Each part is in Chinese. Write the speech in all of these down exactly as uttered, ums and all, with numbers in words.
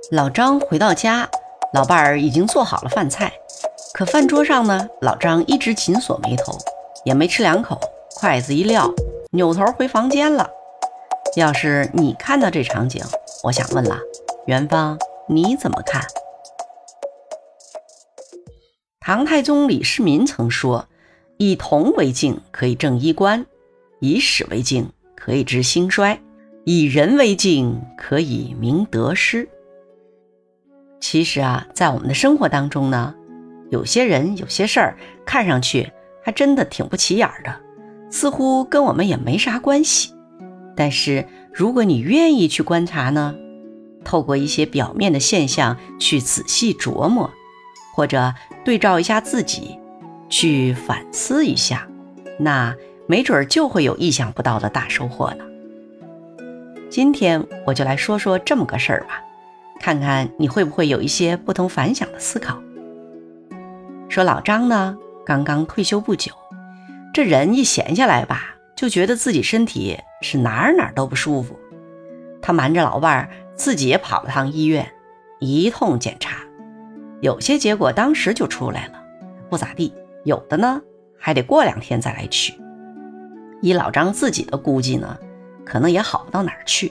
老张回到家，老伴儿已经做好了饭菜，可饭桌上呢，老张一直紧锁眉头，也没吃两口，筷子一撂，扭头回房间了。要是你看到这场景，我想问了，元芳，你怎么看？唐太宗李世民曾说，以铜为镜可以正衣冠，以史为镜可以知兴衰，以人为镜可以明得失。其实啊，在我们的生活当中呢，有些人有些事儿看上去还真的挺不起眼的，似乎跟我们也没啥关系。但是如果你愿意去观察呢，透过一些表面的现象去仔细琢磨，或者对照一下自己，去反思一下，那没准就会有意想不到的大收获呢。今天我就来说说这么个事儿吧，看看你会不会有一些不同凡响的思考。说老张呢，刚刚退休不久，这人一闲下来吧，就觉得自己身体是哪儿哪儿都不舒服。他瞒着老伴儿，自己也跑了趟医院，一通检查，有些结果当时就出来了，不咋地，有的呢还得过两天再来取。以老张自己的估计呢，可能也好不到哪儿去。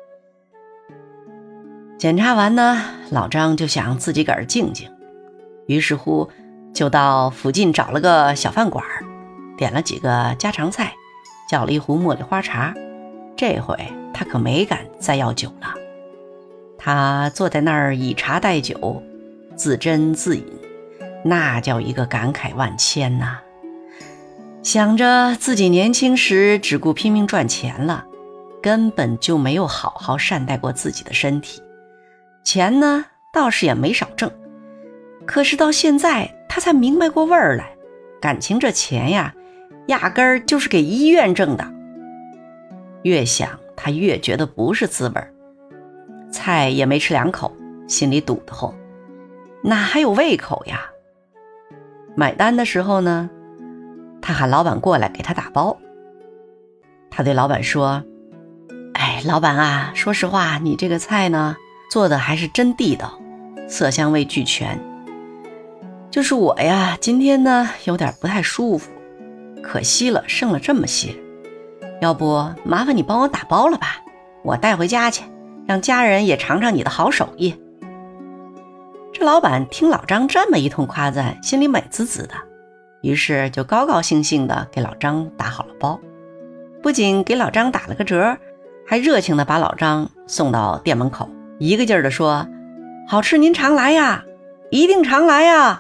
检查完呢，老张就想自己个儿静静，于是乎就到附近找了个小饭馆，点了几个家常菜，叫了一壶茉莉花茶。这回他可没敢再要酒了，他坐在那儿以茶代酒，自斟自饮，那叫一个感慨万千呐、啊。想着自己年轻时只顾拼命赚钱了，根本就没有好好善待过自己的身体，钱呢倒是也没少挣，可是到现在他才明白过味儿来，感情这钱呀，压根儿就是给医院挣的。越想他越觉得不是滋味，菜也没吃两口，心里堵得慌，哪还有胃口呀？买单的时候呢，他喊老板过来给他打包。他对老板说，哎，老板啊，说实话，你这个菜呢做的还是真地道，色香味俱全。就是我呀，今天呢有点不太舒服，可惜了，剩了这么些，要不麻烦你帮我打包了吧，我带回家去，让家人也尝尝你的好手艺。这老板听老张这么一通夸赞，心里美滋滋的，于是就高高兴兴的给老张打好了包，不仅给老张打了个折，还热情的把老张送到店门口，一个劲儿的说，好吃您常来呀，一定常来呀。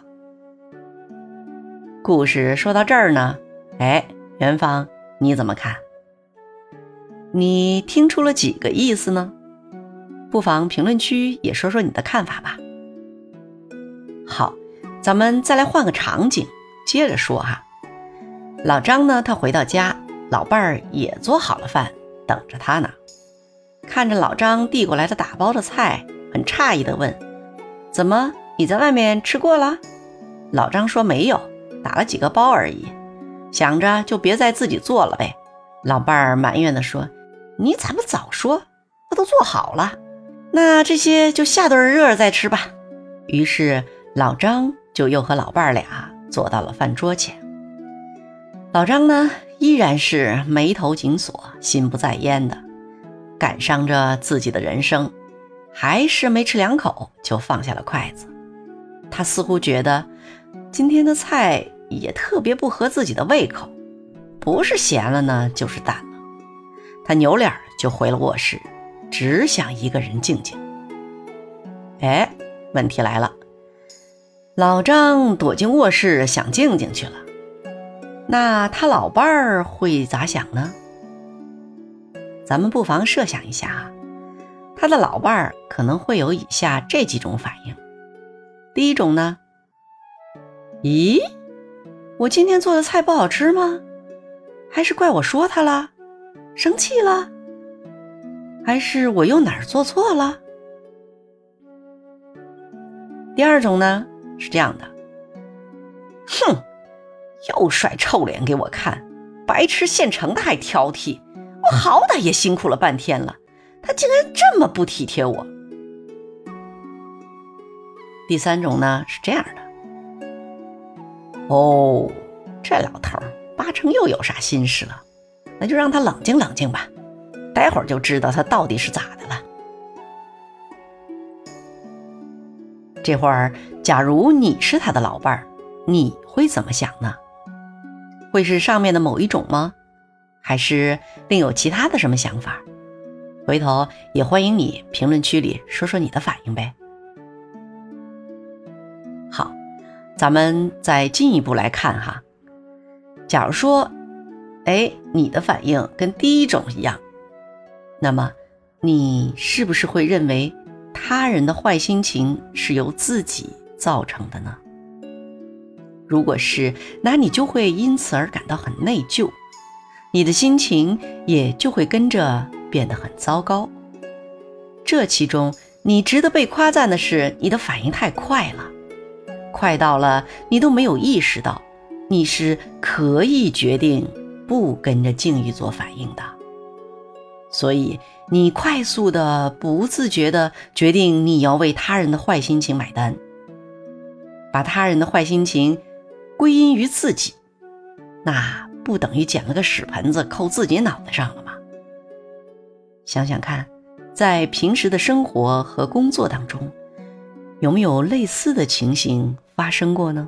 故事说到这儿呢，哎，元芳，你怎么看？你听出了几个意思呢？不妨评论区也说说你的看法吧。好，咱们再来换个场景，接着说哈。老张呢，他回到家，老伴儿也做好了饭，等着他呢。看着老张递过来的打包的菜，很诧异地问，怎么，你在外面吃过了？老张说没有，打了几个包而已，想着就别再自己做了呗。老伴儿埋怨地说，你怎么早说，我都做好了，那这些就下顿热再吃吧。于是老张就又和老伴儿俩坐到了饭桌前。老张呢，依然是眉头紧锁，心不在焉的感伤着自己的人生，还是没吃两口就放下了筷子。他似乎觉得今天的菜也特别不合自己的胃口，不是咸了呢就是淡了。他扭脸就回了卧室，只想一个人静静。哎，问题来了，老张躲进卧室想静静去了，那他老伴儿会咋想呢？咱们不妨设想一下啊，他的老伴儿可能会有以下这几种反应。第一种呢，咦，我今天做的菜不好吃吗？还是怪我说他了？生气了？还是我又哪儿做错了？第二种呢，是这样的，哼，又甩臭脸给我看，白吃现成的还挑剔，我好歹也辛苦了半天了，他竟然这么不体贴我。 第三种呢是这样的：哦，这老头八成又有啥心事了，那就让他冷静冷静吧，待会儿就知道他到底是咋的了。这会儿假如你是他的老伴儿，你会怎么想呢？会是上面的某一种吗？还是另有其他的什么想法？回头也欢迎你评论区里说说你的反应呗。好，咱们再进一步来看哈。假如说，哎，你的反应跟第一种一样，那么你是不是会认为他人的坏心情是由自己造成的呢？如果是，那你就会因此而感到很内疚，你的心情也就会跟着变得很糟糕。这其中，你值得被夸赞的是，你的反应太快了，快到了你都没有意识到，你是可以决定不跟着境遇做反应的。所以，你快速的、不自觉的决定你要为他人的坏心情买单，把他人的坏心情归因于自己，那不等于捡了个屎盆子扣自己脑袋上了吗？想想看，在平时的生活和工作当中，有没有类似的情形发生过呢？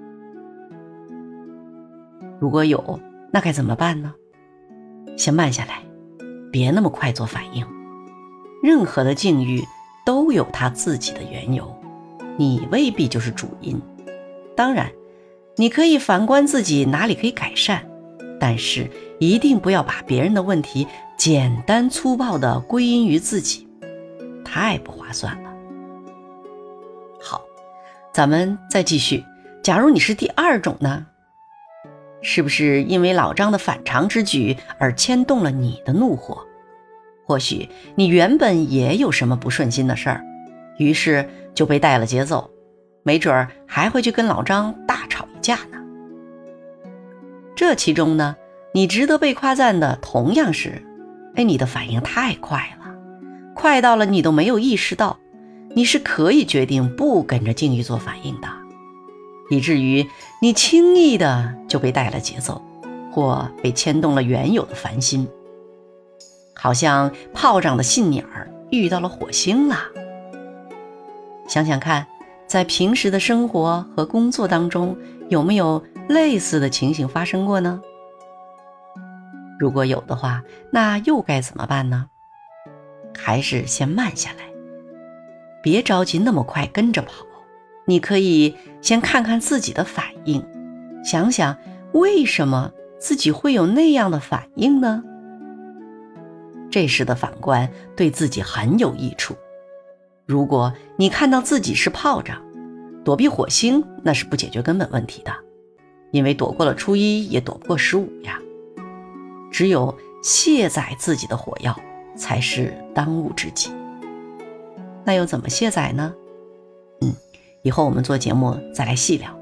如果有，那该怎么办呢？先慢下来，别那么快做反应。任何的境遇都有它自己的缘由，你未必就是主因。当然，你可以反观自己哪里可以改善，但是一定不要把别人的问题简单粗暴地归因于自己，太不划算了。好，咱们再继续。假如你是第二种呢？是不是因为老张的反常之举而牵动了你的怒火？或许你原本也有什么不顺心的事儿，于是就被带了节奏，没准儿还会去跟老张大吵一架呢。这其中呢，你值得被夸赞的同样是，哎，你的反应太快了，快到了你都没有意识到，你是可以决定不跟着境遇做反应的，以至于你轻易的就被带了节奏，或被牵动了原有的烦心，好像炮仗的信鸟遇到了火星了。想想看，在平时的生活和工作当中，有没有类似的情形发生过呢？如果有的话，那又该怎么办呢？还是先慢下来，别着急那么快跟着跑。你可以先看看自己的反应，想想为什么自己会有那样的反应呢？这时的反观对自己很有益处。如果你看到自己是炮仗，躲避火星那是不解决根本问题的，因为躲过了初一也躲不过十五呀。只有卸载自己的火药才是当务之急。那又怎么卸载呢？嗯，以后我们做节目再来细聊。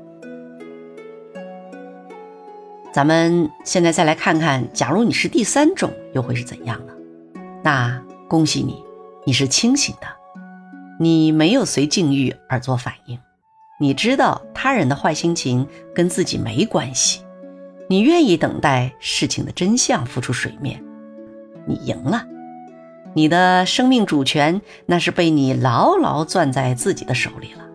咱们现在再来看看，假如你是第三种又会是怎样呢？那恭喜你，你是清醒的，你没有随境遇而做反应，你知道他人的坏心情跟自己没关系，你愿意等待事情的真相浮出水面，你赢了。你的生命主权那是被你牢牢攥在自己的手里了。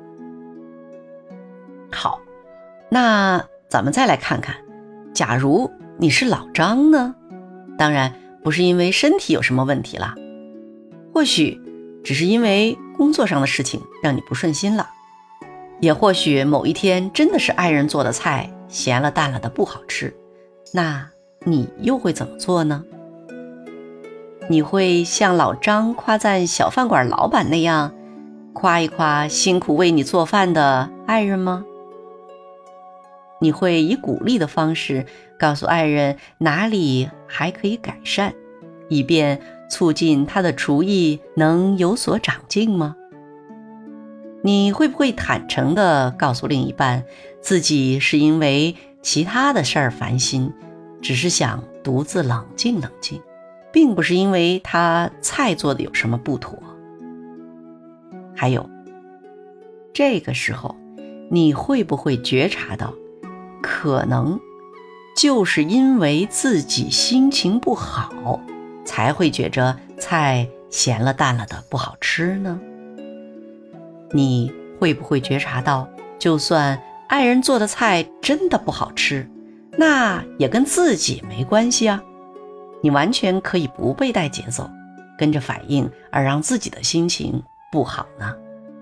好，那咱们再来看看，假如你是老张呢？当然不是因为身体有什么问题了，或许只是因为工作上的事情让你不顺心了，也或许某一天真的是爱人做的菜咸了淡了的不好吃，那你又会怎么做呢？你会像老张夸赞小饭馆老板那样，夸一夸辛苦为你做饭的爱人吗？你会以鼓励的方式告诉爱人哪里还可以改善，以便促进他的厨艺能有所长进吗？你会不会坦诚地告诉另一半，自己是因为其他的事儿烦心，只是想独自冷静冷静，并不是因为他菜做的有什么不妥？还有， 这个时候你会不会觉察到，可能就是因为自己心情不好，才会觉着菜咸了淡了的不好吃呢？你会不会觉察到，就算爱人做的菜真的不好吃，那也跟自己没关系啊，你完全可以不被带节奏，跟着反应而让自己的心情不好呢？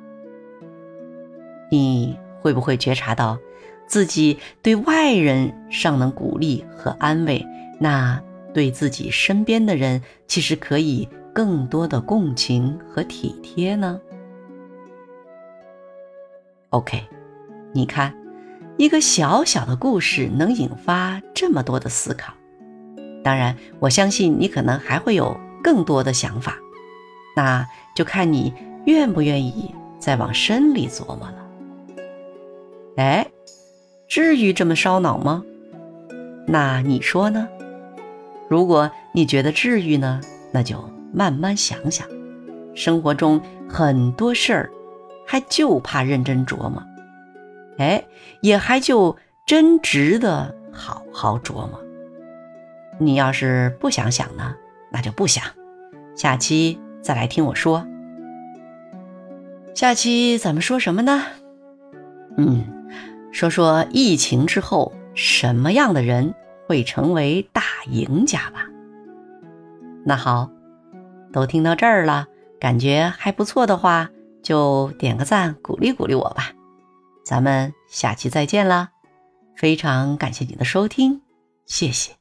你会不会觉察到，自己对外人尚能鼓励和安慰，那对自己身边的人其实可以更多的共情和体贴呢？ OK， 你看，一个小小的故事能引发这么多的思考。当然，我相信你可能还会有更多的想法，那就看你愿不愿意再往深里琢磨了。哎，至于这么烧脑吗？那你说呢？如果你觉得至于呢，那就慢慢想想，生活中很多事儿还就怕认真琢磨，哎，也还就真值得好好琢磨。你要是不想想呢，那就不想，下期再来听我说。下期咱们说什么呢？嗯，说说疫情之后什么样的人会成为大赢家吧。那好，都听到这儿了，感觉还不错的话，就点个赞鼓励鼓励我吧。咱们下期再见啦，非常感谢你的收听，谢谢。